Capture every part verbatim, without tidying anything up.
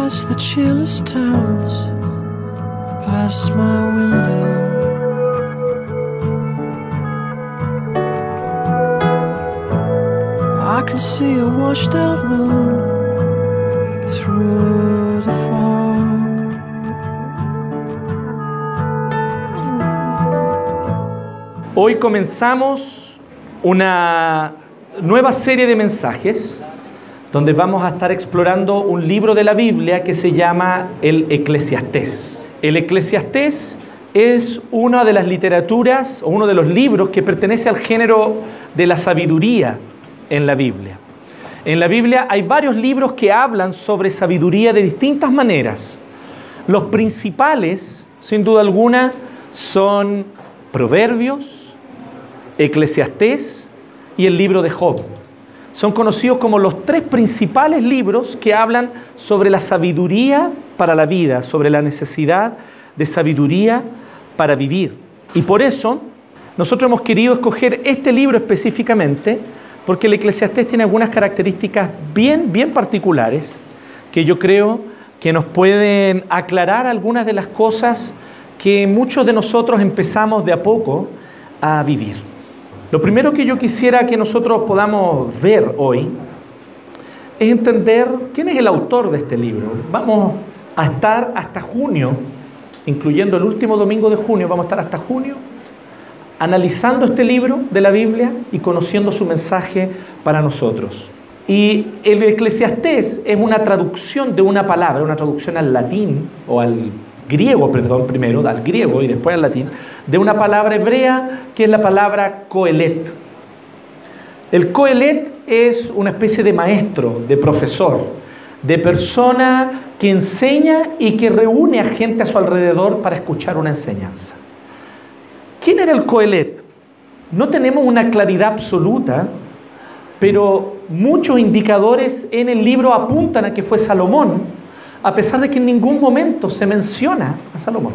past the chillest towns, past my window. I can see a washed out moon through the fog. Hoy comenzamos una nueva serie de mensajes donde vamos a estar explorando un libro de la Biblia que se llama el Eclesiastés. El Eclesiastés es una de las literaturas o uno de los libros que pertenece al género de la sabiduría en la Biblia. En la Biblia hay varios libros que hablan sobre sabiduría de distintas maneras. Los principales, sin duda alguna, son Proverbios, Eclesiastés y el libro de Job. Son conocidos como los tres principales libros que hablan sobre la sabiduría para la vida, sobre la necesidad de sabiduría para vivir. Y por eso nosotros hemos querido escoger este libro específicamente, porque el Eclesiastés tiene algunas características bien, bien particulares que yo creo que nos pueden aclarar algunas de las cosas que muchos de nosotros empezamos de a poco a vivir. Lo primero que yo quisiera que nosotros podamos ver hoy es entender quién es el autor de este libro. Vamos a estar hasta junio, incluyendo el último domingo de junio, vamos a estar hasta junio analizando este libro de la Biblia y conociendo su mensaje para nosotros. Y el Eclesiastés es una traducción de una palabra, una traducción al latín o al griego, perdón, primero, al griego y después al latín, de una palabra hebrea que es la palabra coelet. El coelet es una especie de maestro, de profesor, de persona que enseña y que reúne a gente a su alrededor para escuchar una enseñanza. ¿Quién era el coelet? No tenemos una claridad absoluta, pero muchos indicadores en el libro apuntan a que fue Salomón, a pesar de que en ningún momento se menciona a Salomón.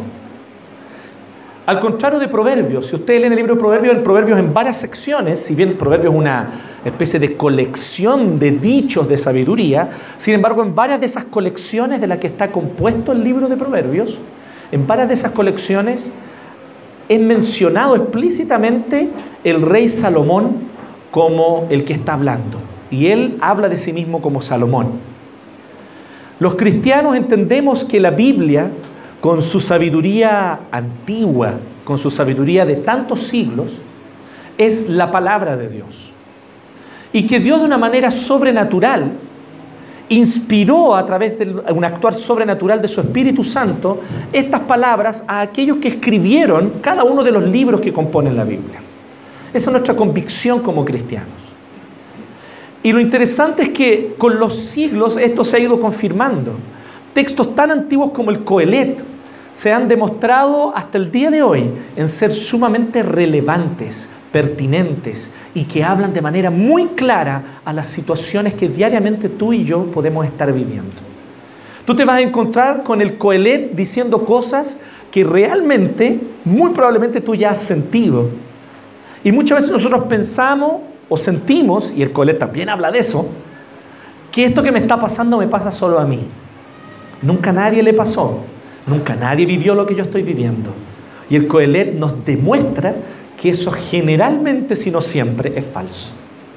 Al contrario de Proverbios, si ustedes leen el libro de Proverbios, el Proverbios en varias secciones, si bien el Proverbio es una especie de colección de dichos de sabiduría, sin embargo en varias de esas colecciones de las que está compuesto el libro de Proverbios, en varias de esas colecciones es mencionado explícitamente el rey Salomón como el que está hablando, y él habla de sí mismo como Salomón. Los cristianos entendemos que la Biblia, con su sabiduría antigua, con su sabiduría de tantos siglos, es la palabra de Dios. Y que Dios de una manera sobrenatural inspiró a través de un actuar sobrenatural de su Espíritu Santo estas palabras a aquellos que escribieron cada uno de los libros que componen la Biblia. Esa es nuestra convicción como cristianos. Y lo interesante es que con los siglos esto se ha ido confirmando. Textos tan antiguos como el Coelet se han demostrado hasta el día de hoy en ser sumamente relevantes, pertinentes y que hablan de manera muy clara a las situaciones que diariamente tú y yo podemos estar viviendo. Tú te vas a encontrar con el Coelet diciendo cosas que realmente, muy probablemente tú ya has sentido. Y muchas veces nosotros pensamos o sentimos, y el Coelet también habla de eso, que esto que me está pasando me pasa solo a mí. Nunca a nadie le pasó, nunca nadie vivió lo que yo estoy viviendo. Y el Coelet nos demuestra que eso generalmente, si no siempre, es falso.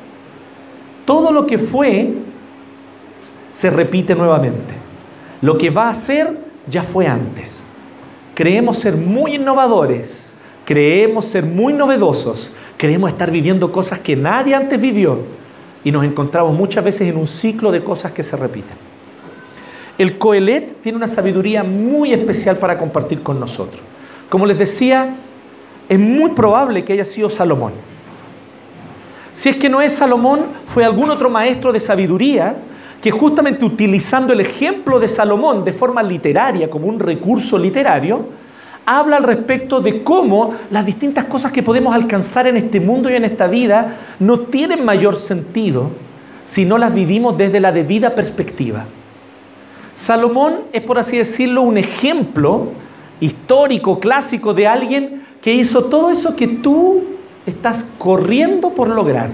Todo lo que fue se repite nuevamente. Lo que va a ser ya fue antes. Creemos ser muy innovadores, creemos ser muy novedosos, creemos estar viviendo cosas que nadie antes vivió y nos encontramos muchas veces en un ciclo de cosas que se repiten. El Coelet tiene una sabiduría muy especial para compartir con nosotros. Como les decía, es muy probable que haya sido Salomón. Si es que no es Salomón, fue algún otro maestro de sabiduría que justamente utilizando el ejemplo de Salomón de forma literaria, como un recurso literario, habla al respecto de cómo las distintas cosas que podemos alcanzar en este mundo y en esta vida no tienen mayor sentido si no las vivimos desde la debida perspectiva. Salomón es, por así decirlo, un ejemplo histórico, clásico de alguien que hizo todo eso que tú estás corriendo por lograr.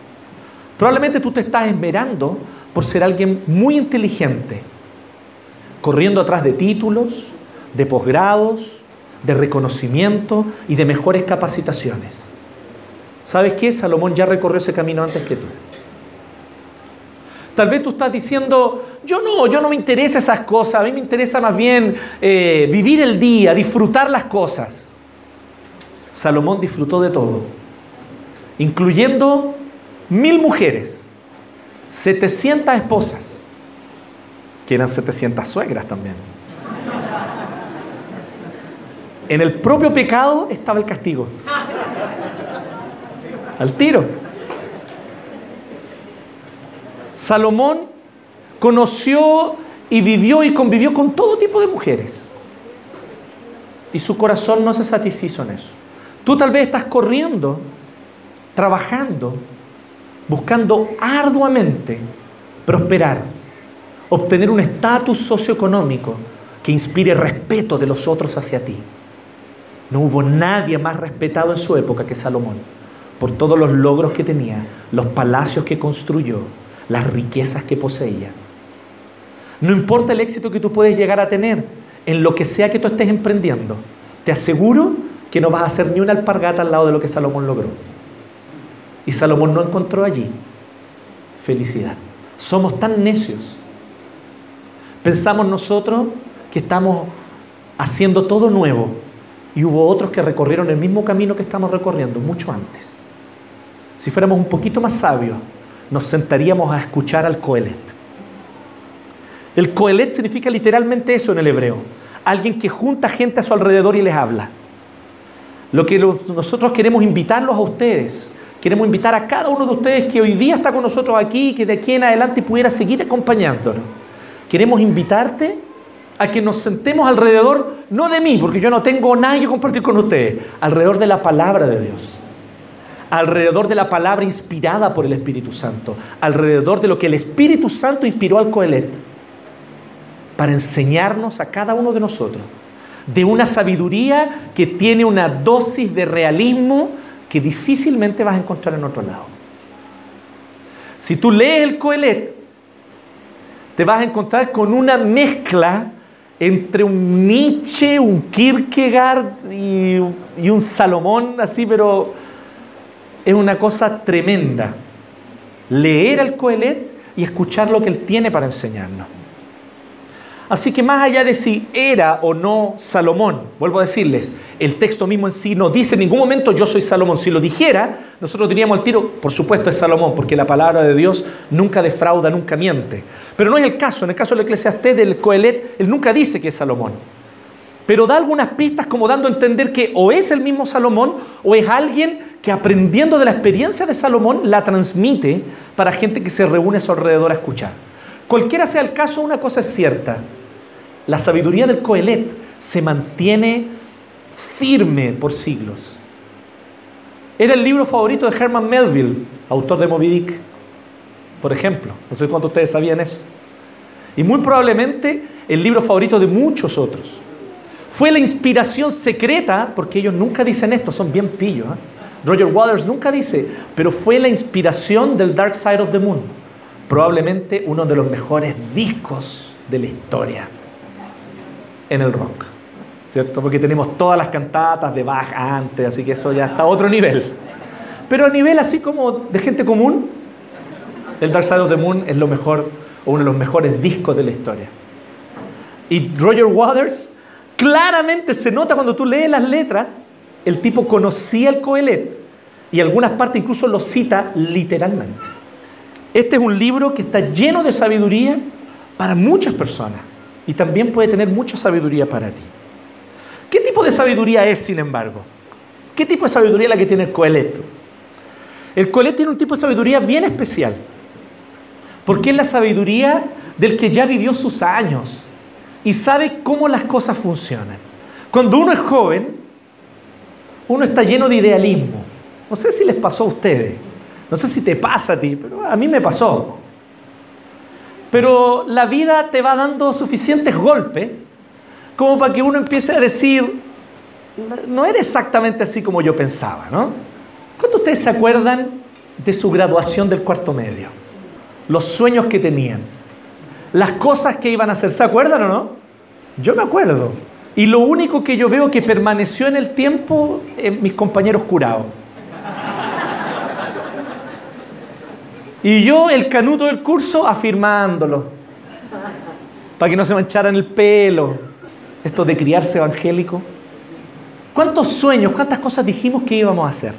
Probablemente tú te estás esmerando por ser alguien muy inteligente, corriendo atrás de títulos, de posgrados, de reconocimiento y de mejores capacitaciones. ¿Sabes qué? Salomón ya recorrió ese camino antes que tú. Tal vez tú estás diciendo, yo no, yo no me interesa esas cosas, a mí me interesa más bien eh, vivir el día, disfrutar las cosas. Salomón disfrutó de todo, incluyendo mil mujeres, setecientas esposas, que eran setecientas suegras también. En el propio pecado estaba el castigo. Al tiro. Salomón conoció y vivió y convivió con todo tipo de mujeres. Y su corazón no se satisfizo en eso. Tú tal vez estás corriendo, trabajando, buscando arduamente prosperar, obtener un estatus socioeconómico que inspire respeto de los otros hacia ti. No hubo nadie más respetado en su época que Salomón, por todos los logros que tenía, los palacios que construyó, las riquezas que poseía. No importa el éxito que tú puedes llegar a tener en lo que sea que tú estés emprendiendo, te aseguro que no vas a hacer ni una alpargata al lado de lo que Salomón logró. Y Salomón no encontró allí felicidad. Somos tan necios. Pensamos nosotros que estamos haciendo todo nuevo y hubo otros que recorrieron el mismo camino que estamos recorriendo mucho antes. Si fuéramos un poquito más sabios, nos sentaríamos a escuchar al Coelet. El Coelet significa literalmente eso en el hebreo. Alguien que junta gente a su alrededor y les habla. Lo que lo, nosotros queremos invitarlos a ustedes. Queremos invitar a cada uno de ustedes que hoy día está con nosotros aquí y que de aquí en adelante pudiera seguir acompañándonos. Queremos invitarte a que nos sentemos alrededor, no de mí, porque yo no tengo nada que compartir con ustedes, alrededor de la palabra de Dios. Alrededor de la palabra inspirada por el Espíritu Santo, alrededor de lo que el Espíritu Santo inspiró al Coelet, para enseñarnos a cada uno de nosotros de una sabiduría que tiene una dosis de realismo que difícilmente vas a encontrar en otro lado. Si tú lees el Coelet, te vas a encontrar con una mezcla entre un Nietzsche, un Kierkegaard y, y un Salomón, así, pero es una cosa tremenda. Leer el Coelet y escuchar lo que él tiene para enseñarnos. Así que más allá de si era o no Salomón, vuelvo a decirles, el texto mismo en sí no dice en ningún momento yo soy Salomón. Si lo dijera, nosotros diríamos al tiro, por supuesto es Salomón, porque la palabra de Dios nunca defrauda, nunca miente. Pero no es el caso. En el caso del Eclesiastés, del Coelet, él nunca dice que es Salomón. Pero da algunas pistas como dando a entender que o es el mismo Salomón o es alguien que aprendiendo de la experiencia de Salomón la transmite para gente que se reúne a su alrededor a escuchar. Cualquiera sea el caso, una cosa es cierta. La sabiduría del Coelet se mantiene firme por siglos. Era el libro favorito de Herman Melville, autor de Moby Dick, por ejemplo. No sé cuántos de ustedes sabían eso. Y muy probablemente el libro favorito de muchos otros. Fue la inspiración secreta, porque ellos nunca dicen esto, son bien pillos, ¿eh? Roger Waters nunca dice, pero fue la inspiración del Dark Side of the Moon. Probablemente uno de los mejores discos de la historia en el rock, ¿cierto? Porque tenemos todas las cantatas de Bach antes, así que eso ya está a otro nivel. Pero a nivel así como de gente común, el Dark Side of the Moon es lo mejor, o uno de los mejores discos de la historia. Y Roger Waters, claramente se nota cuando tú lees las letras, el tipo conocía el Coelet, y algunas partes incluso lo cita literalmente. Este es un libro que está lleno de sabiduría para muchas personas. Y también puede tener mucha sabiduría para ti. ¿Qué tipo de sabiduría es, sin embargo? ¿Qué tipo de sabiduría es la que tiene el Coelet? El Coelet tiene un tipo de sabiduría bien especial. Porque es la sabiduría del que ya vivió sus años y sabe cómo las cosas funcionan. Cuando uno es joven, uno está lleno de idealismo. No sé si les pasó a ustedes. No sé si te pasa a ti, pero a mí me pasó. Pero la vida te va dando suficientes golpes como para que uno empiece a decir, no era exactamente así como yo pensaba, ¿no? ¿Cuántos de ustedes se acuerdan de su graduación del cuarto medio? Los sueños que tenían, las cosas que iban a hacer. ¿Se acuerdan o no? Yo me acuerdo. Y lo único que yo veo que permaneció en el tiempo es mis compañeros curados. Y yo, el canuto del curso, afirmándolo. Para que no se mancharan el pelo. Esto de criarse evangélico. ¿Cuántos sueños, cuántas cosas dijimos que íbamos a hacer?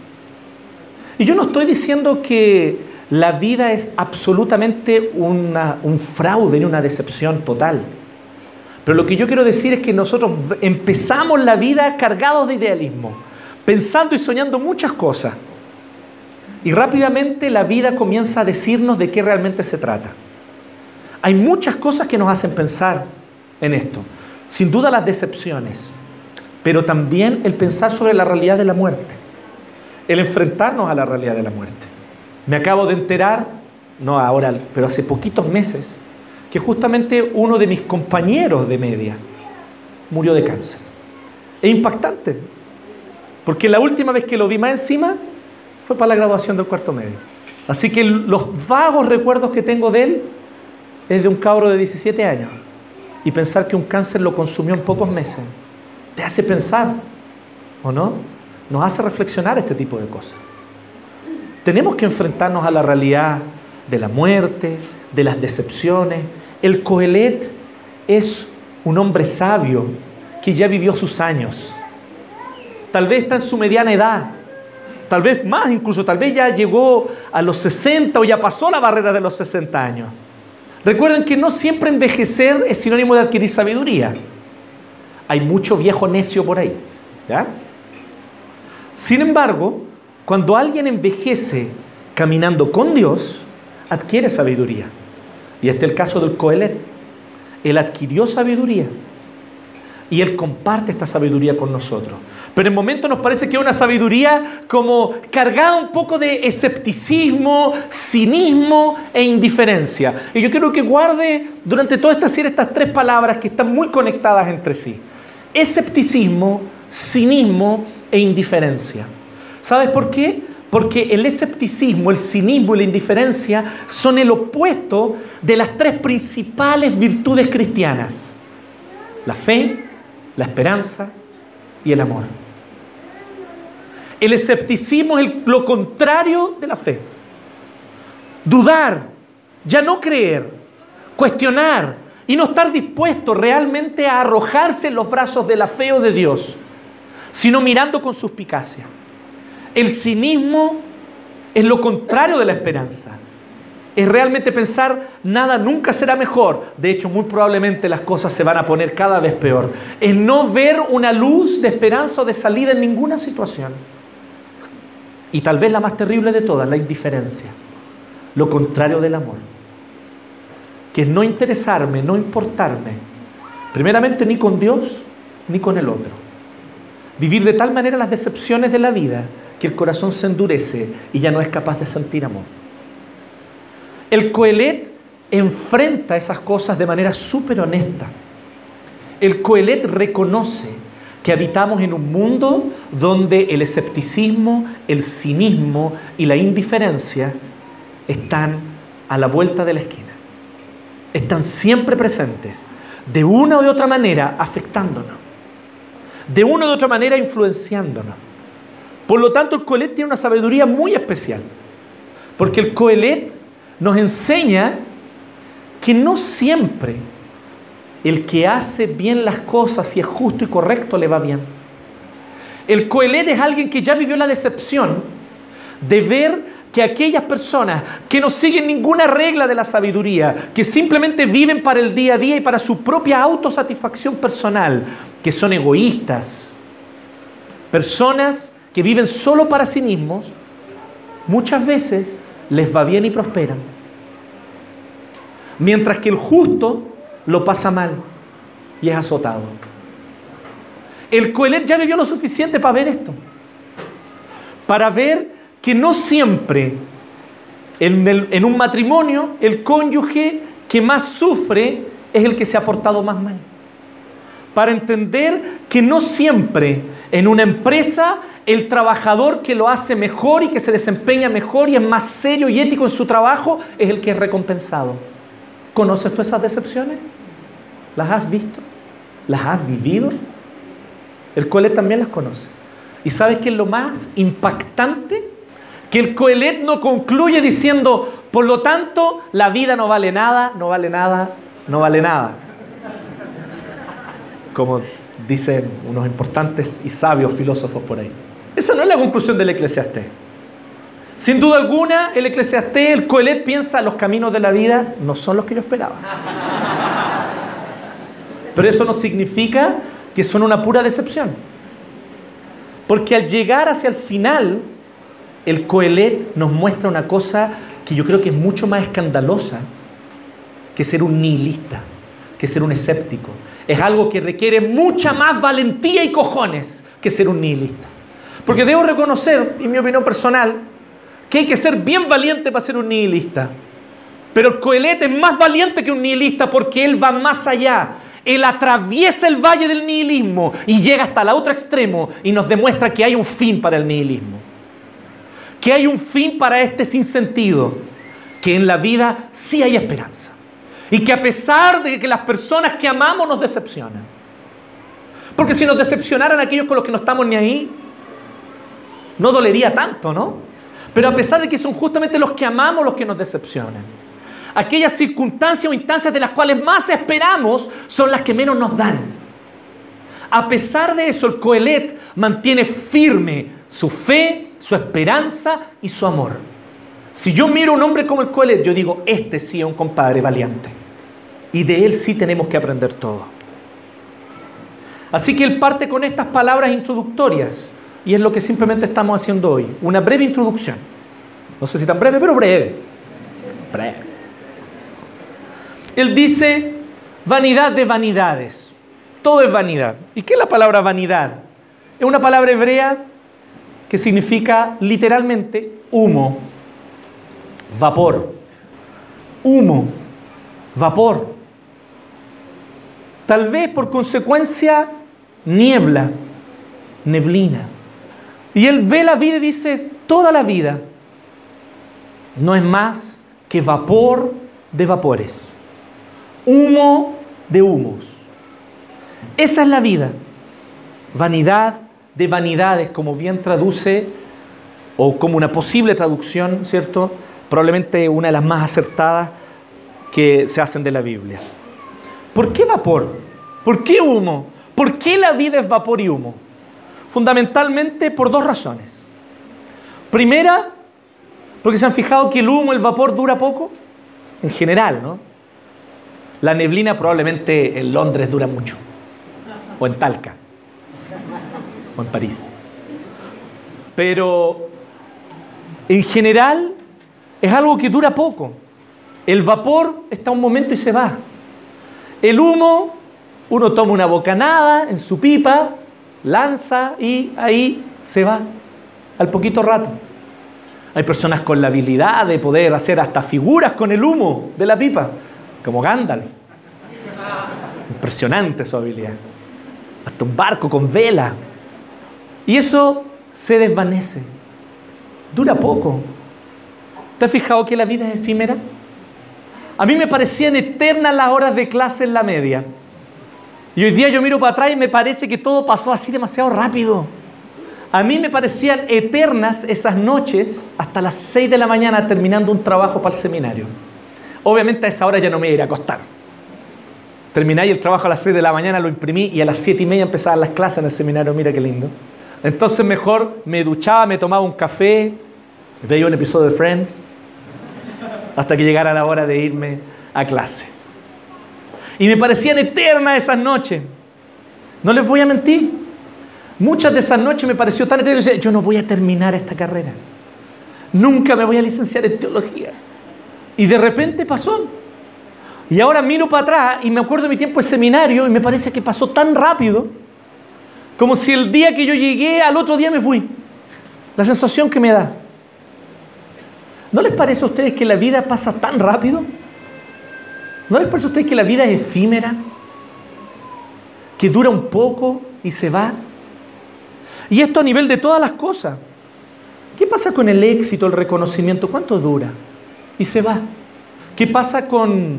Y yo no estoy diciendo que la vida es absolutamente una, un fraude ni una decepción total. Pero lo que yo quiero decir es que nosotros empezamos la vida cargados de idealismo, pensando y soñando muchas cosas. Y rápidamente la vida comienza a decirnos de qué realmente se trata. Hay muchas cosas que nos hacen pensar en esto. Sin duda las decepciones, pero también el pensar sobre la realidad de la muerte. El enfrentarnos a la realidad de la muerte. Me acabo de enterar, no ahora, pero hace poquitos meses, que justamente uno de mis compañeros de media murió de cáncer. Es impactante, porque la última vez que lo vi más encima fue para la graduación del cuarto medio. Así que los vagos recuerdos que tengo de él es de un cabro de diecisiete años. Y pensar que un cáncer lo consumió en pocos meses, te hace pensar, ¿o no? Nos hace reflexionar este tipo de cosas. Tenemos que enfrentarnos a la realidad de la muerte, de las decepciones. El Coelet es un hombre sabio que ya vivió sus años. Tal vez está en su mediana edad, tal vez más incluso, tal vez ya llegó a los sesenta o ya pasó la barrera de los sesenta años. Recuerden que no siempre envejecer es sinónimo de adquirir sabiduría. Hay mucho viejo necio por ahí, ¿ya? Sin embargo, cuando alguien envejece caminando con Dios, adquiere sabiduría. Y este es el caso del Coelet. Él adquirió sabiduría y él comparte esta sabiduría con nosotros. Pero en momentos nos parece que es una sabiduría como cargada un poco de escepticismo, cinismo e indiferencia. Y yo quiero que guarde durante toda esta serie estas tres palabras que están muy conectadas entre sí. Escepticismo, cinismo e indiferencia. ¿Sabes por qué? Porque el escepticismo, el cinismo y la indiferencia son el opuesto de las tres principales virtudes cristianas: la fe, la esperanza y el amor. El escepticismo es el, lo contrario de la fe. Dudar, ya no creer, cuestionar y no estar dispuesto realmente a arrojarse en los brazos de la fe o de Dios, sino mirando con suspicacia. El cinismo es lo contrario de la esperanza. Es realmente pensar, nada nunca será mejor. De hecho, muy probablemente las cosas se van a poner cada vez peor. Es no ver una luz de esperanza o de salida en ninguna situación. Y tal vez la más terrible de todas, la indiferencia. Lo contrario del amor. Que es no interesarme, no importarme. Primeramente ni con Dios, ni con el otro. Vivir de tal manera las decepciones de la vida que el corazón se endurece y ya no es capaz de sentir amor. El Coelet enfrenta esas cosas de manera súper honesta. El Coelet reconoce que habitamos en un mundo donde el escepticismo, el cinismo y la indiferencia están a la vuelta de la esquina. Están siempre presentes, de una u de otra manera afectándonos, de una u de otra manera influenciándonos. Por lo tanto, el Coelet tiene una sabiduría muy especial, porque el Coelet nos enseña que no siempre el que hace bien las cosas y es justo y correcto le va bien. El Coelet es alguien que ya vivió la decepción de ver que aquellas personas que no siguen ninguna regla de la sabiduría, que simplemente viven para el día a día y para su propia autosatisfacción personal, que son egoístas, personas que viven solo para sí mismos, muchas veces les va bien y prosperan. Mientras que el justo lo pasa mal y es azotado. El Coelet ya vivió lo suficiente para ver esto. Para ver que no siempre en, el, en un matrimonio el cónyuge que más sufre es el que se ha portado más mal. Para entender que no siempre en una empresa el trabajador que lo hace mejor y que se desempeña mejor y es más serio y ético en su trabajo es el que es recompensado. ¿Conoces tú esas decepciones? ¿Las has visto? ¿Las has vivido? El Coelet también las conoce. ¿Y sabes qué es lo más impactante? Que el Coelet no concluye diciendo, por lo tanto, la vida no vale nada, no vale nada, no vale nada. Como dicen unos importantes y sabios filósofos por ahí. Esa no es la conclusión del Eclesiastés. Sin duda alguna, el Eclesiastés, el Coelet piensa, los caminos de la vida no son los que yo esperaba. Pero eso no significa que son una pura decepción. Porque al llegar hacia el final, el Coelet nos muestra una cosa que yo creo que es mucho más escandalosa que ser un nihilista, que ser un escéptico. Es algo que requiere mucha más valentía y cojones que ser un nihilista. Porque debo reconocer, en mi opinión personal, que hay que ser bien valiente para ser un nihilista. Pero el Coelet es más valiente que un nihilista porque él va más allá. Él atraviesa el valle del nihilismo y llega hasta el otro extremo y nos demuestra que hay un fin para el nihilismo. Que hay un fin para este sinsentido. Que en la vida sí hay esperanza. Y que a pesar de que las personas que amamos nos decepcionan. Porque si nos decepcionaran aquellos con los que no estamos ni ahí, no dolería tanto, ¿no? Pero a pesar de que son justamente los que amamos los que nos decepcionan. Aquellas circunstancias o instancias de las cuales más esperamos son las que menos nos dan. A pesar de eso, el Coelet mantiene firme su fe, su esperanza y su amor. Si yo miro a un hombre como el Coelet, yo digo, este sí es un compadre valiente. Y de él sí tenemos que aprender todo. Así que él parte con estas palabras introductorias. Y es lo que simplemente estamos haciendo hoy. Una breve introducción. No sé si tan breve, pero breve. Breve. Él dice, vanidad de vanidades. Todo es vanidad. ¿Y qué es la palabra vanidad? Es una palabra hebrea que significa literalmente humo, vapor. Humo, vapor. Tal vez por consecuencia, niebla, neblina. Y él ve la vida y dice, toda la vida no es más que vapor de vapores. Humo de humos. Esa es la vida. Vanidad de vanidades, como bien traduce, o como una posible traducción, ¿cierto? Probablemente una de las más acertadas que se hacen de la Biblia. ¿Por qué vapor? ¿Por qué humo? ¿Por qué la vida es vapor y humo? Fundamentalmente por dos razones. Primera, porque se han fijado que el humo, el vapor dura poco, en general, ¿no? La neblina probablemente en Londres dura mucho, o en Talca, o en París. Pero en general es algo que dura poco. El vapor está un momento y se va. El humo, uno toma una bocanada en su pipa, lanza y ahí se va al poquito rato. Hay personas con la habilidad de poder hacer hasta figuras con el humo de la pipa, como Gandalf. Impresionante su habilidad. Hasta un barco con vela. Y eso se desvanece. Dura poco. ¿Te has fijado que la vida es efímera? A mí me parecían eternas las horas de clase en la media. Y hoy día yo miro para atrás y me parece que todo pasó así demasiado rápido. A mí me parecían eternas esas noches hasta las seis de la mañana terminando un trabajo para el seminario. Obviamente a esa hora ya no me iba a ir a acostar. Terminé el trabajo a las seis de la mañana, lo imprimí y a las siete y media empezaban las clases en el seminario. Mira qué lindo. Entonces mejor me duchaba, me tomaba un café, veía un episodio de Friends hasta que llegara la hora de irme a clase. Y me parecían eternas esas noches. No les voy a mentir. Muchas de esas noches me pareció tan eterno que decía, yo no voy a terminar esta carrera. Nunca me voy a licenciar en teología. Y de repente pasó. Y ahora miro para atrás y me acuerdo de mi tiempo de seminario y me parece que pasó tan rápido como si el día que yo llegué al otro día me fui. La sensación que me da. ¿No les parece a ustedes que la vida pasa tan rápido? ¿No les parece a ustedes que la vida es efímera? Que dura un poco y se va. Y esto a nivel de todas las cosas. ¿Qué pasa con el éxito, el reconocimiento? ¿Cuánto dura? Y se va. ¿Qué pasa con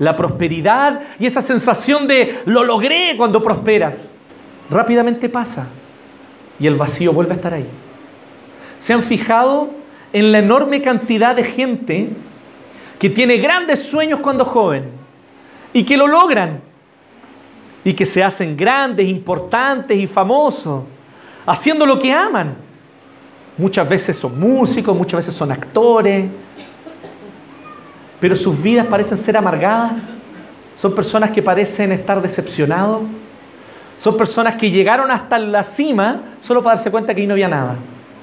la prosperidad y esa sensación de lo logré cuando prosperas, rápidamente pasa y el vacío vuelve a estar ahí. ¿Se han fijado en la enorme cantidad de gente que tiene grandes sueños cuando joven y que lo logran y que se hacen grandes, importantes y famosos, haciendo lo que aman? Muchas veces son músicos, muchas veces son actores, pero sus vidas parecen ser amargadas. Son personas que parecen estar decepcionados. Son personas que llegaron hasta la cima solo para darse cuenta que ahí no había nada.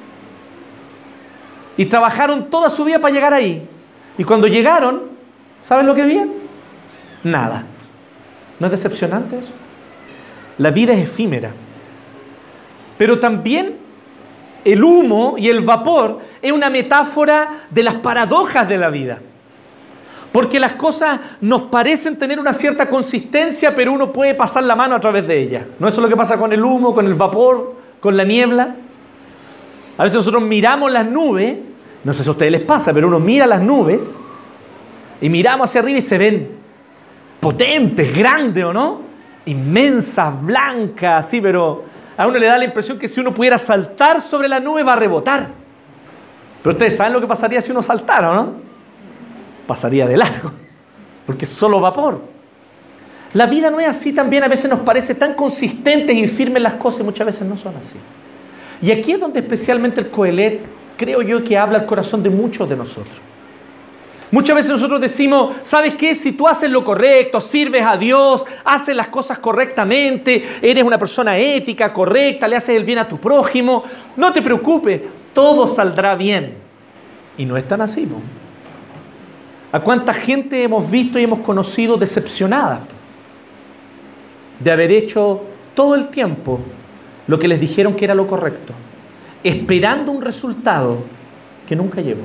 Y trabajaron toda su vida para llegar ahí. Y cuando llegaron, ¿saben lo que había? Nada. ¿No es decepcionante eso? La vida es efímera. Pero también el humo y el vapor es una metáfora de las paradojas de la vida. Porque las cosas nos parecen tener una cierta consistencia, pero uno puede pasar la mano a través de ellas. ¿No eso es lo que pasa con el humo, con el vapor, con la niebla? A veces nosotros miramos las nubes, no sé si a ustedes les pasa, pero uno mira las nubes y miramos hacia arriba y se ven potentes, grandes, ¿o no? Inmensas, blancas, sí, pero a uno le da la impresión que si uno pudiera saltar sobre la nube va a rebotar. Pero ustedes saben lo que pasaría si uno saltara, ¿o no? Pasaría de largo, porque es solo vapor. La vida no es así también. A veces nos parece tan consistentes y firmes las cosas y muchas veces no son así. Y aquí es donde especialmente el Coelet, creo yo, que habla al corazón de muchos de nosotros. Muchas veces nosotros decimos, ¿sabes qué? Si tú haces lo correcto, sirves a Dios, haces las cosas correctamente, eres una persona ética, correcta, le haces el bien a tu prójimo, no te preocupes, todo saldrá bien. Y no es tan así, ¿no? ¿A cuánta gente hemos visto y hemos conocido decepcionada de haber hecho todo el tiempo lo que les dijeron que era lo correcto, esperando un resultado que nunca llegó?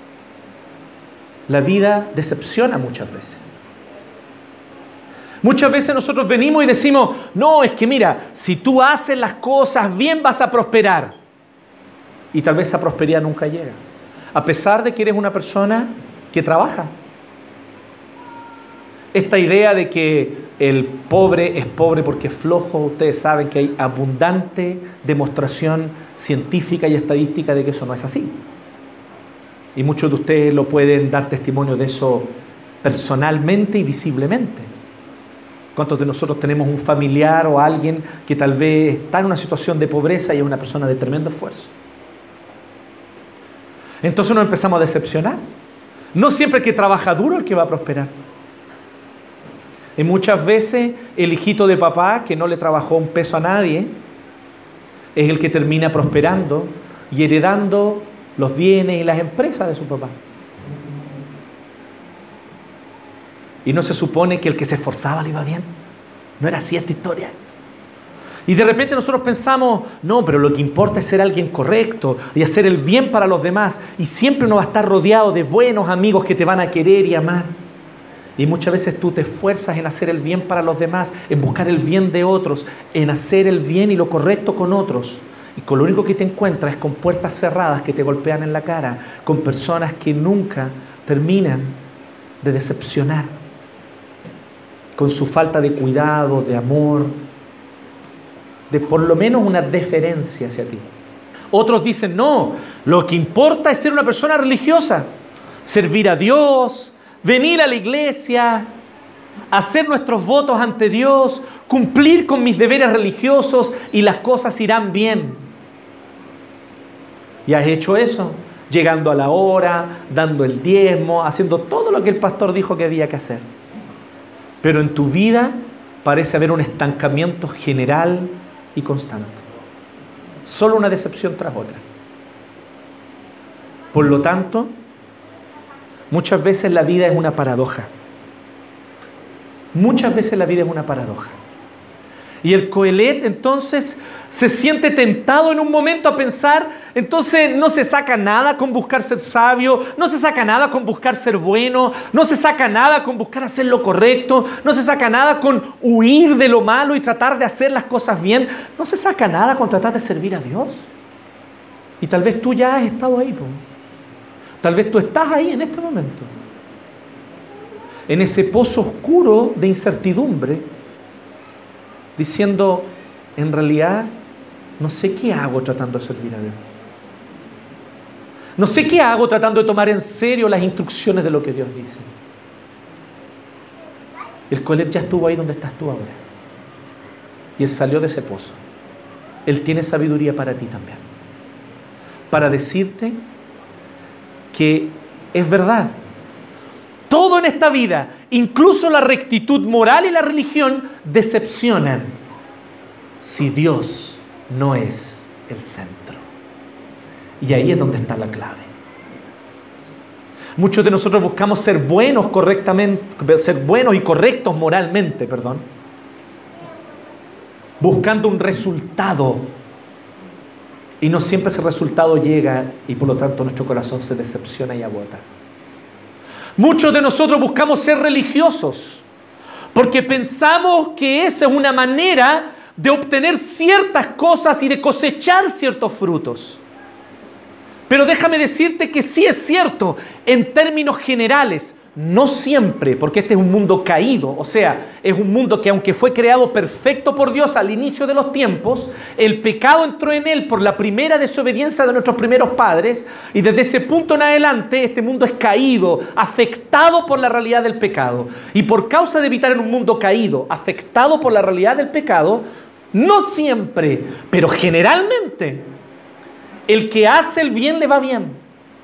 La vida decepciona muchas veces. Muchas veces nosotros venimos y decimos, no, es que mira, si tú haces las cosas bien vas a prosperar. Y tal vez esa prosperidad nunca llega, a pesar de que eres una persona que trabaja. Esta idea de que el pobre es pobre porque es flojo, ustedes saben que hay abundante demostración científica y estadística de que eso no es así. Y muchos de ustedes lo pueden dar testimonio de eso personalmente y visiblemente. ¿Cuántos de nosotros tenemos un familiar o alguien que tal vez está en una situación de pobreza y es una persona de tremendo esfuerzo? Entonces nos empezamos a decepcionar. No siempre el que trabaja duro el que va a prosperar. Y muchas veces el hijito de papá que no le trabajó un peso a nadie es el que termina prosperando y heredando los bienes y las empresas de su papá. Y no se supone que el que se esforzaba le iba bien. No era así esta historia. Y de repente nosotros pensamos, no, pero lo que importa es ser alguien correcto y hacer el bien para los demás. Y siempre uno va a estar rodeado de buenos amigos que te van a querer y amar. Y muchas veces tú te esfuerzas en hacer el bien para los demás, en buscar el bien de otros, en hacer el bien y lo correcto con otros. Y con lo único que te encuentras es con puertas cerradas que te golpean en la cara, con personas que nunca terminan de decepcionar, con su falta de cuidado, de amor, de por lo menos una deferencia hacia ti. Otros dicen, no, lo que importa es ser una persona religiosa, servir a Dios, venir a la iglesia, hacer nuestros votos ante Dios, cumplir con mis deberes religiosos y las cosas irán bien. ¿Y has hecho eso? Llegando a la hora, dando el diezmo, haciendo todo lo que el pastor dijo que había que hacer. Pero en tu vida parece haber un estancamiento general y constante. Solo una decepción tras otra. Por lo tanto, muchas veces la vida es una paradoja. Muchas veces la vida es una paradoja. Y el Coelet entonces se siente tentado en un momento a pensar, entonces no se saca nada con buscar ser sabio, no se saca nada con buscar ser bueno, no se saca nada con buscar hacer lo correcto, no se saca nada con huir de lo malo y tratar de hacer las cosas bien, no se saca nada con tratar de servir a Dios. Y tal vez tú ya has estado ahí, ¿no? Tal vez tú estás ahí en este momento. en ese pozo oscuro de incertidumbre, diciendo, en realidad, no sé qué hago tratando de servir a Dios. No sé qué hago tratando de tomar en serio las instrucciones de lo que Dios dice. El Coelet ya estuvo ahí donde estás tú ahora. Y él salió de ese pozo. Él tiene sabiduría para ti también. Para decirte que es verdad. Todo en esta vida, incluso la rectitud moral y la religión, decepcionan si Dios no es el centro. Y ahí es donde está la clave. Muchos de nosotros buscamos ser buenos correctamente, ser buenos y correctos moralmente, perdón, buscando un resultado. Y no siempre ese resultado llega y por lo tanto nuestro corazón se decepciona y agota. Muchos de nosotros buscamos ser religiosos porque pensamos que esa es una manera de obtener ciertas cosas y de cosechar ciertos frutos. Pero déjame decirte que sí es cierto, en términos generales, no siempre, porque este es un mundo caído, o sea, es un mundo que aunque fue creado perfecto por Dios al inicio de los tiempos, el pecado entró en él por la primera desobediencia de nuestros primeros padres, y desde ese punto en adelante este mundo es caído, afectado por la realidad del pecado. Y por causa de evitar en un mundo caído, afectado por la realidad del pecado, no siempre, pero generalmente, el que hace el bien le va bien.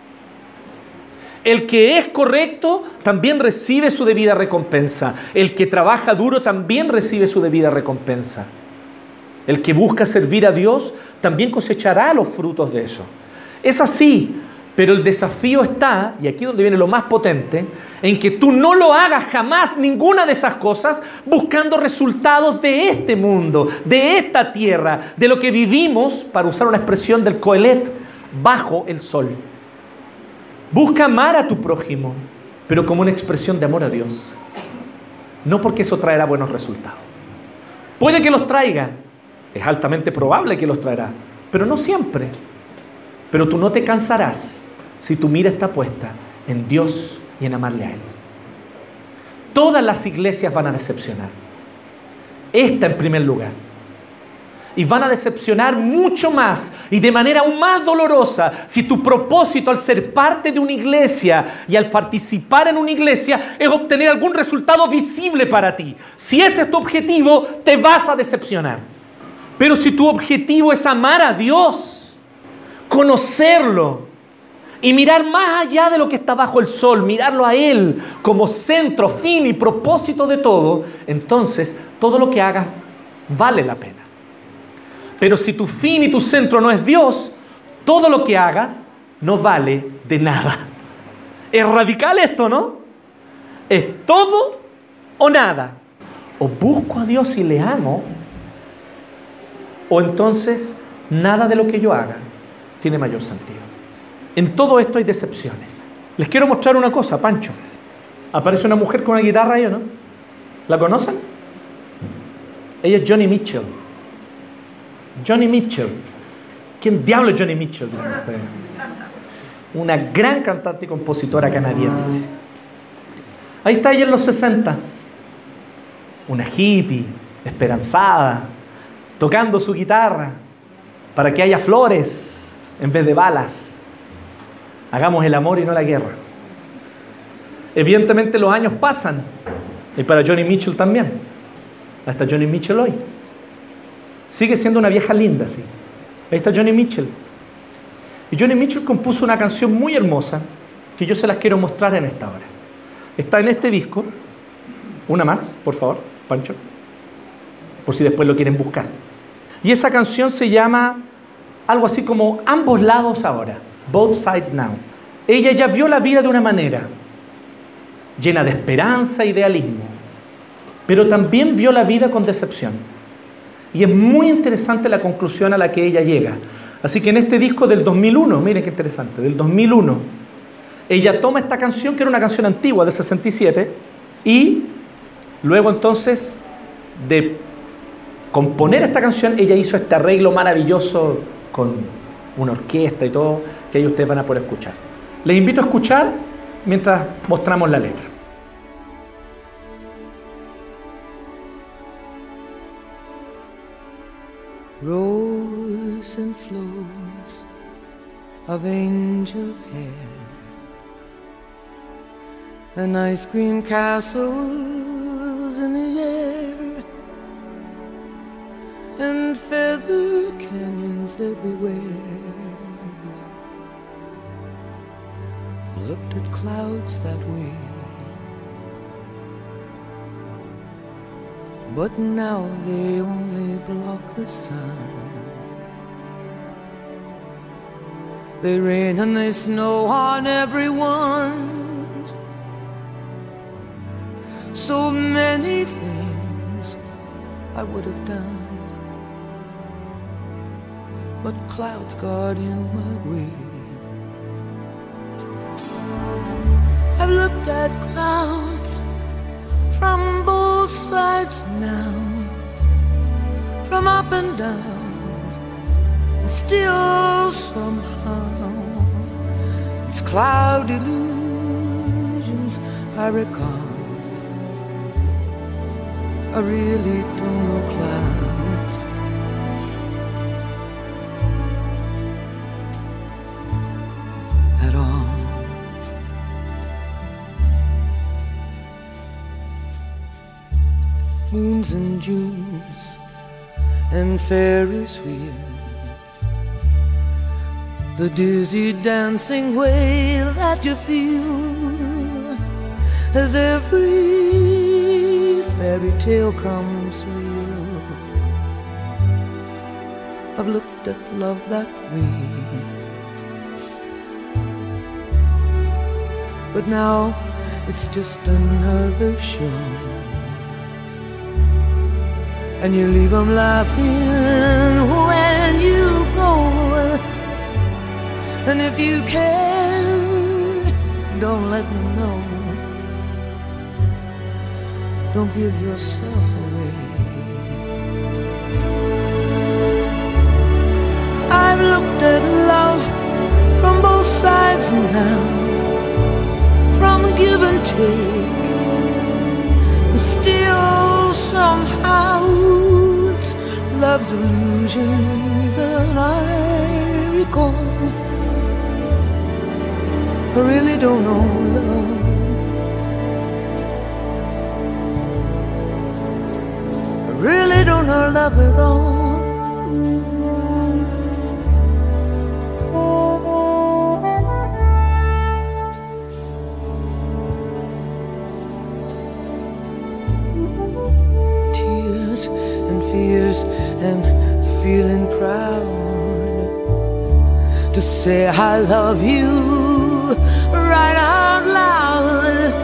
El que es correcto también recibe su debida recompensa. El que trabaja duro también recibe su debida recompensa. El que busca servir a Dios también cosechará los frutos de eso. Es así, pero el desafío está, y aquí es donde viene lo más potente, en que tú no lo hagas jamás ninguna de esas cosas buscando resultados de este mundo, de esta tierra, de lo que vivimos, para usar una expresión del Coelet, bajo el sol. Busca amar a tu prójimo, pero como una expresión de amor a Dios. No porque eso traerá buenos resultados. Puede que los traiga, es altamente probable que los traerá, pero no siempre. Pero tú no te cansarás si tu mira está puesta en Dios y en amarle a Él. Todas las iglesias van a decepcionar. Esta en primer lugar. Y van a decepcionar mucho más y de manera aún más dolorosa si tu propósito al ser parte de una iglesia y al participar en una iglesia es obtener algún resultado visible para ti. Si ese es tu objetivo, te vas a decepcionar. Pero si tu objetivo es amar a Dios, conocerlo y mirar más allá de lo que está bajo el sol, mirarlo a Él como centro, fin y propósito de todo, entonces todo lo que hagas vale la pena. Pero si tu fin y tu centro no es Dios, todo lo que hagas no vale de nada. Es radical esto, ¿no? Es todo o nada. O busco a Dios y le amo, o entonces nada de lo que yo haga tiene mayor sentido. En todo esto hay decepciones. Les quiero mostrar una cosa, Pancho. Aparece una mujer con una guitarra ahí, ¿o no? ¿La conocen? Ella es Joni Mitchell. Joni Mitchell. ¿Quién diablo es Joni Mitchell? Una gran cantante y compositora canadiense. Ahí está ella en los sesenta. Una hippie, esperanzada, tocando su guitarra para que haya flores en vez de balas. Hagamos el amor y no la guerra. Evidentemente los años pasan, y para Joni Mitchell también. Hasta Joni Mitchell hoy sigue siendo una vieja linda, sí. Ahí está Joni Mitchell. Y Joni Mitchell compuso una canción muy hermosa que yo se las quiero mostrar en esta hora. Está en este disco. Una más, por favor, Pancho, por si después lo quieren buscar. Y esa canción se llama algo así como Ambos lados ahora, Both Sides Now. Ella ya vio la vida de una manera llena de esperanza e idealismo, pero también vio la vida con decepción. Y es muy interesante la conclusión a la que ella llega. Así que en este disco del dos mil uno, miren qué interesante, del dos mil uno, ella toma esta canción, que era una canción antigua del sesenta y siete, y luego entonces de componer esta canción, ella hizo este arreglo maravilloso con una orquesta y todo, que ahí ustedes van a poder escuchar. Les invito a escuchar mientras mostramos la letra. rows and flows of angel hair, and ice cream castles in the air, and feather canyons everywhere. Looked at clouds that way, but now they only block the sun. They rain and they snow on everyone. So many things I would have done, but clouds got in my way. I've looked at clouds from both sides now, from up and down, and still somehow it's cloud illusions I recall. I really don't know clouds. At all. Moons and Junes and Ferris wheels, the dizzy dancing way that you feel as every fairy tale comes real. I've looked at love that way, but now it's just another show, and you leave them laughing when you go. And if you can, don't let them know. Don't give yourself away. I've looked at love from both sides now, from give and take, and still somehow it's love's illusions that I recall. I really don't know love. Really don't know love at all. Tears and fears and feeling proud to say I love you right out loud.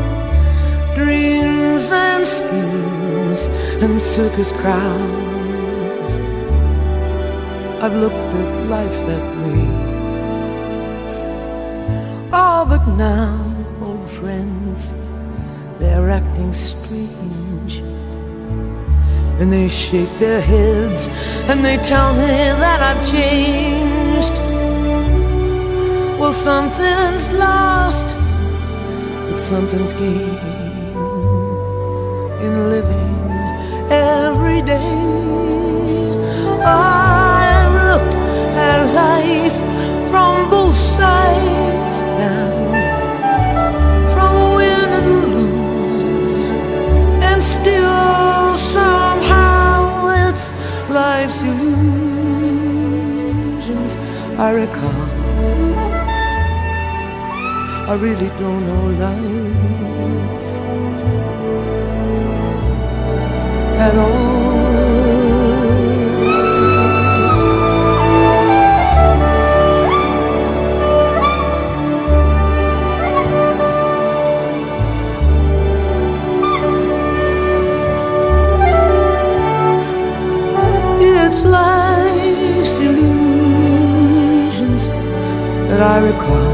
Dreams and schemes and circus crowds, I've looked at life that way. Oh, but now, old friends, they're acting strange, and they shake their heads and they tell me that I've changed. Well, something's lost, but something's gained in living every day. I've looked at life from both sides now, from win and lose, and still somehow it's life's illusions I recall. I really don't know life at all. It's life's illusions that I recall.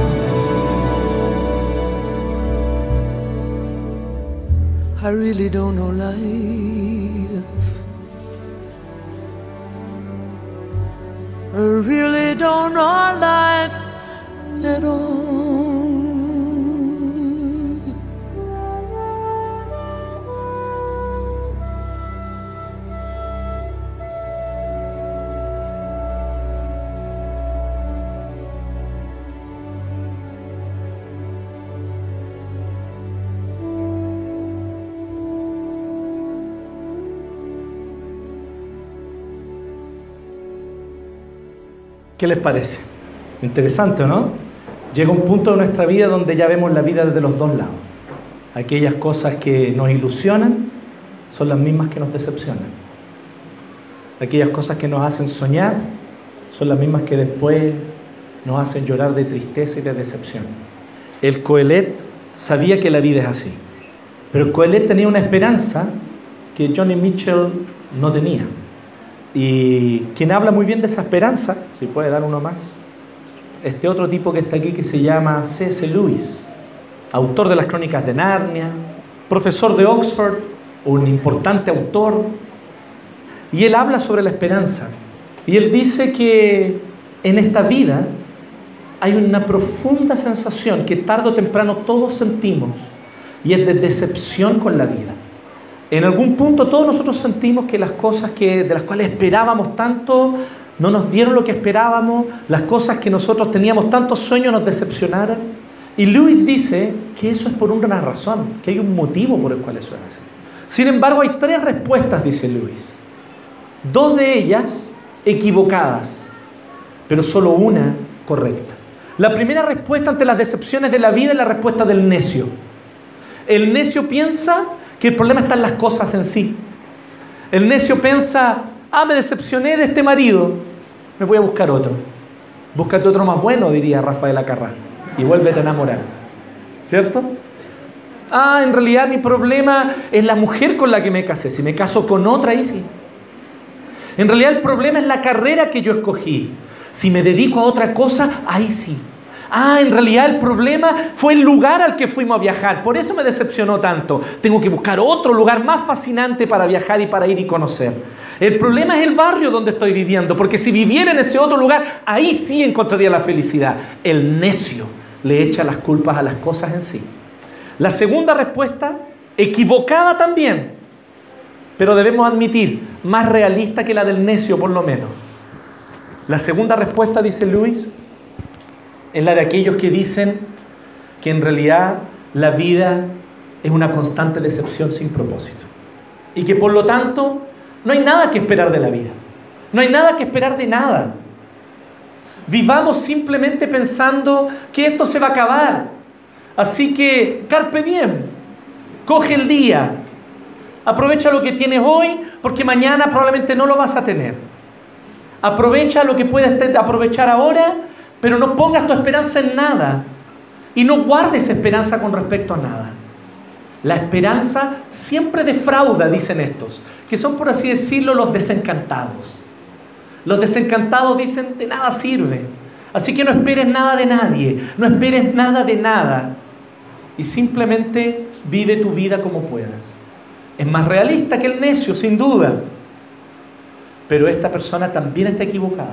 I really don't know life. I really don't know life at all. ¿Qué les parece? Interesante, ¿no? Llega un punto de nuestra vida donde ya vemos la vida desde los dos lados. Aquellas cosas que nos ilusionan son las mismas que nos decepcionan. Aquellas cosas que nos hacen soñar son las mismas que después nos hacen llorar de tristeza y de decepción. El Coelet sabía que la vida es así, pero el Coelet tenía una esperanza que Johnny Mitchell no tenía. Y quien habla muy bien de esa esperanza, si puede dar uno más, este otro tipo que está aquí que se llama C S Lewis, autor de las Crónicas de Narnia, profesor de Oxford, un importante autor, y él habla sobre la esperanza. Y él dice que en esta vida hay una profunda sensación que tarde o temprano todos sentimos, y es de decepción con la vida. En algún punto todos nosotros sentimos que las cosas que, de las cuales esperábamos tanto no nos dieron lo que esperábamos, las cosas que nosotros teníamos tantos sueños nos decepcionaron. Y Lewis dice que eso es por una razón, que hay un motivo por el cual eso es así. Sin embargo, hay tres respuestas, dice Lewis. Dos de ellas equivocadas, pero solo una correcta. La primera respuesta ante las decepciones de la vida es la respuesta del necio. El necio piensa que el problema está en las cosas en sí. El necio piensa, ah, me decepcioné de este marido, me voy a buscar otro. Búscate otro más bueno, diría Rafael Acarrá, y vuélvete a enamorar. ¿Cierto? Ah, en realidad mi problema es la mujer con la que me casé. Si me caso con otra, ahí sí. En realidad el problema es la carrera que yo escogí. Si me dedico a otra cosa, ahí sí. Ah, en realidad el problema fue el lugar al que fuimos a viajar. Por eso me decepcionó tanto. Tengo que buscar otro lugar más fascinante para viajar y para ir y conocer. El problema es el barrio donde estoy viviendo, porque si viviera en ese otro lugar, ahí sí encontraría la felicidad. El necio le echa las culpas a las cosas en sí. La segunda respuesta, equivocada también, pero debemos admitir, más realista que la del necio por lo menos. La segunda respuesta, dice Lewis, es la de aquellos que dicen que en realidad la vida es una constante decepción sin propósito. Y que por lo tanto no hay nada que esperar de la vida. No hay nada que esperar de nada. Vivamos simplemente pensando que esto se va a acabar. Así que carpe diem, coge el día. Aprovecha lo que tienes hoy porque mañana probablemente no lo vas a tener. Aprovecha lo que puedes aprovechar ahora, pero no pongas tu esperanza en nada. Y no guardes esperanza con respecto a nada. La esperanza siempre defrauda, dicen estos, que son, por así decirlo, los desencantados. Los desencantados dicen, de nada sirve. Así que no esperes nada de nadie, no esperes nada de nada. Y simplemente vive tu vida como puedas. Es más realista que el necio, sin duda. Pero esta persona también está equivocada.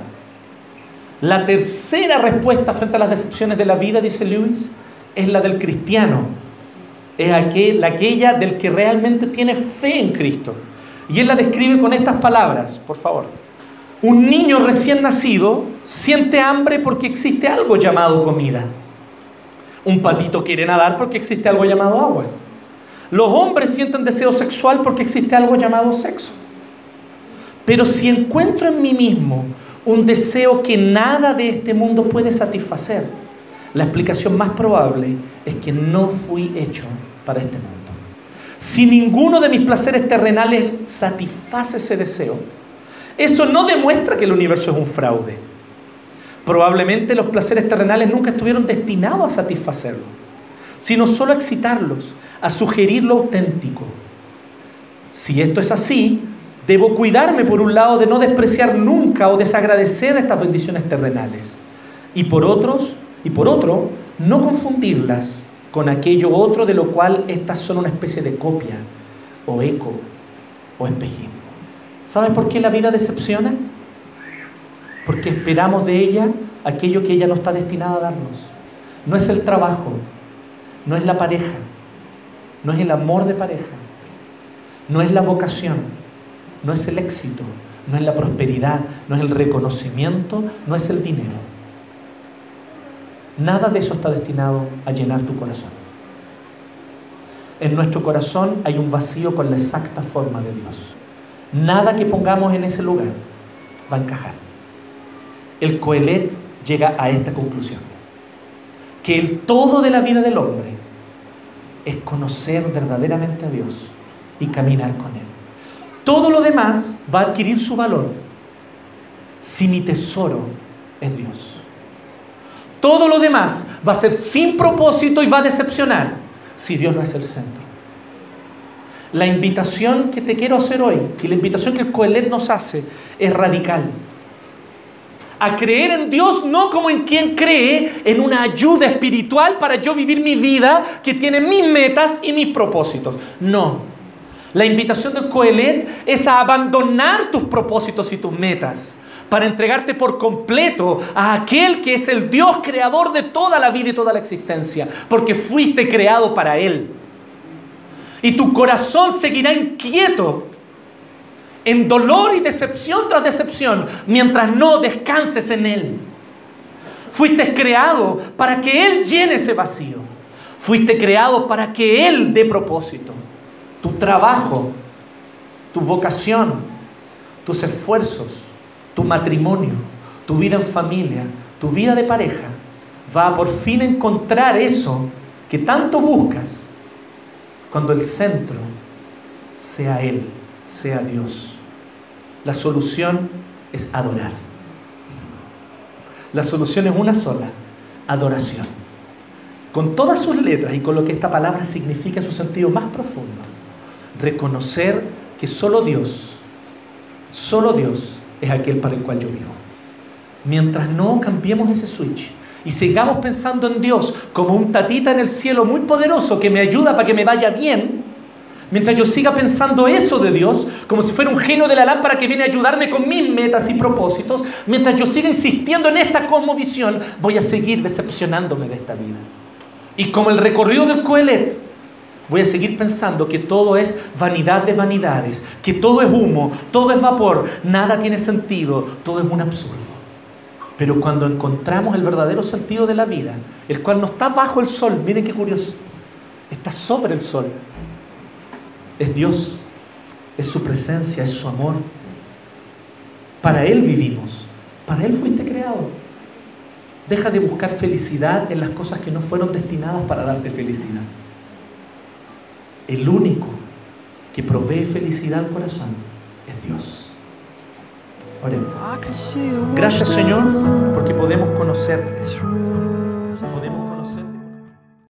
La tercera respuesta frente a las decepciones de la vida, dice Lewis, es la del cristiano. Es aquel, aquella del que realmente tiene fe en Cristo. Y él la describe con estas palabras, por favor. Un niño recién nacido siente hambre porque existe algo llamado comida. Un patito quiere nadar porque existe algo llamado agua. Los hombres sienten deseo sexual porque existe algo llamado sexo. Pero si encuentro en mí mismo un deseo que nada de este mundo puede satisfacer, la explicación más probable es que no fui hecho para este mundo. Si ninguno de mis placeres terrenales satisface ese deseo, eso no demuestra que el universo es un fraude. Probablemente los placeres terrenales nunca estuvieron destinados a satisfacerlo, sino solo a excitarlos, a sugerir lo auténtico. Si esto es así, debo cuidarme por un lado de no despreciar nunca o desagradecer estas bendiciones terrenales. Y por otros, y por otro, no confundirlas con aquello otro de lo cual estas son una especie de copia, o eco, o espejismo. ¿Sabes por qué la vida decepciona? Porque esperamos de ella aquello que ella no está destinada a darnos. No es el trabajo, no es la pareja, no es el amor de pareja, no es la vocación, no es el éxito, no es la prosperidad, no es el reconocimiento, no es el dinero. Nada de eso está destinado a llenar tu corazón. En nuestro corazón hay un vacío con la exacta forma de Dios. Nada que pongamos en ese lugar va a encajar. el Coelet llega a esta conclusión: que el todo de la vida del hombre es conocer verdaderamente a Dios y caminar con Él. Todo lo demás va a adquirir su valor si mi tesoro es Dios. Todo lo demás va a ser sin propósito y va a decepcionar si Dios no es el centro. La invitación que te quiero hacer hoy, y la invitación que el Coelet nos hace, es radical. A creer en Dios no como en quien cree en una ayuda espiritual para yo vivir mi vida que tiene mis metas y mis propósitos. No. La invitación del Coelet es a abandonar tus propósitos y tus metas para entregarte por completo a aquel que es el Dios creador de toda la vida y toda la existencia, porque fuiste creado para Él. Y tu corazón seguirá inquieto en dolor y decepción tras decepción mientras no descanses en Él. Fuiste creado para que Él llene ese vacío. Fuiste creado para que Él dé propósito. Tu trabajo, tu vocación, tus esfuerzos, tu matrimonio, tu vida en familia, tu vida de pareja, va a por fin encontrar eso que tanto buscas cuando el centro sea Él, sea Dios. La solución es adorar. La solución es una sola: adoración. Con todas sus letras y con lo que esta palabra significa en su sentido más profundo. Reconocer que solo Dios, solo Dios es aquel para el cual yo vivo. Mientras no cambiemos ese switch y sigamos pensando en Dios como un tatita en el cielo muy poderoso que me ayuda para que me vaya bien, mientras yo siga pensando eso de Dios como si fuera un genio de la lámpara que viene a ayudarme con mis metas y propósitos, mientras yo siga insistiendo en esta cosmovisión, voy a seguir decepcionándome de esta vida. Y como el recorrido del Coelet, voy a seguir pensando que todo es vanidad de vanidades, que todo es humo, todo es vapor, nada tiene sentido, todo es un absurdo. Pero cuando encontramos el verdadero sentido de la vida, el cual no está bajo el sol, miren qué curioso, está sobre el sol. Es Dios, es su presencia, es su amor. Para Él vivimos, para Él fuiste creado. Deja de buscar felicidad en las cosas que no fueron destinadas para darte felicidad. El único que provee felicidad al corazón es Dios. Oremos. Gracias, Señor, porque podemos conocerte.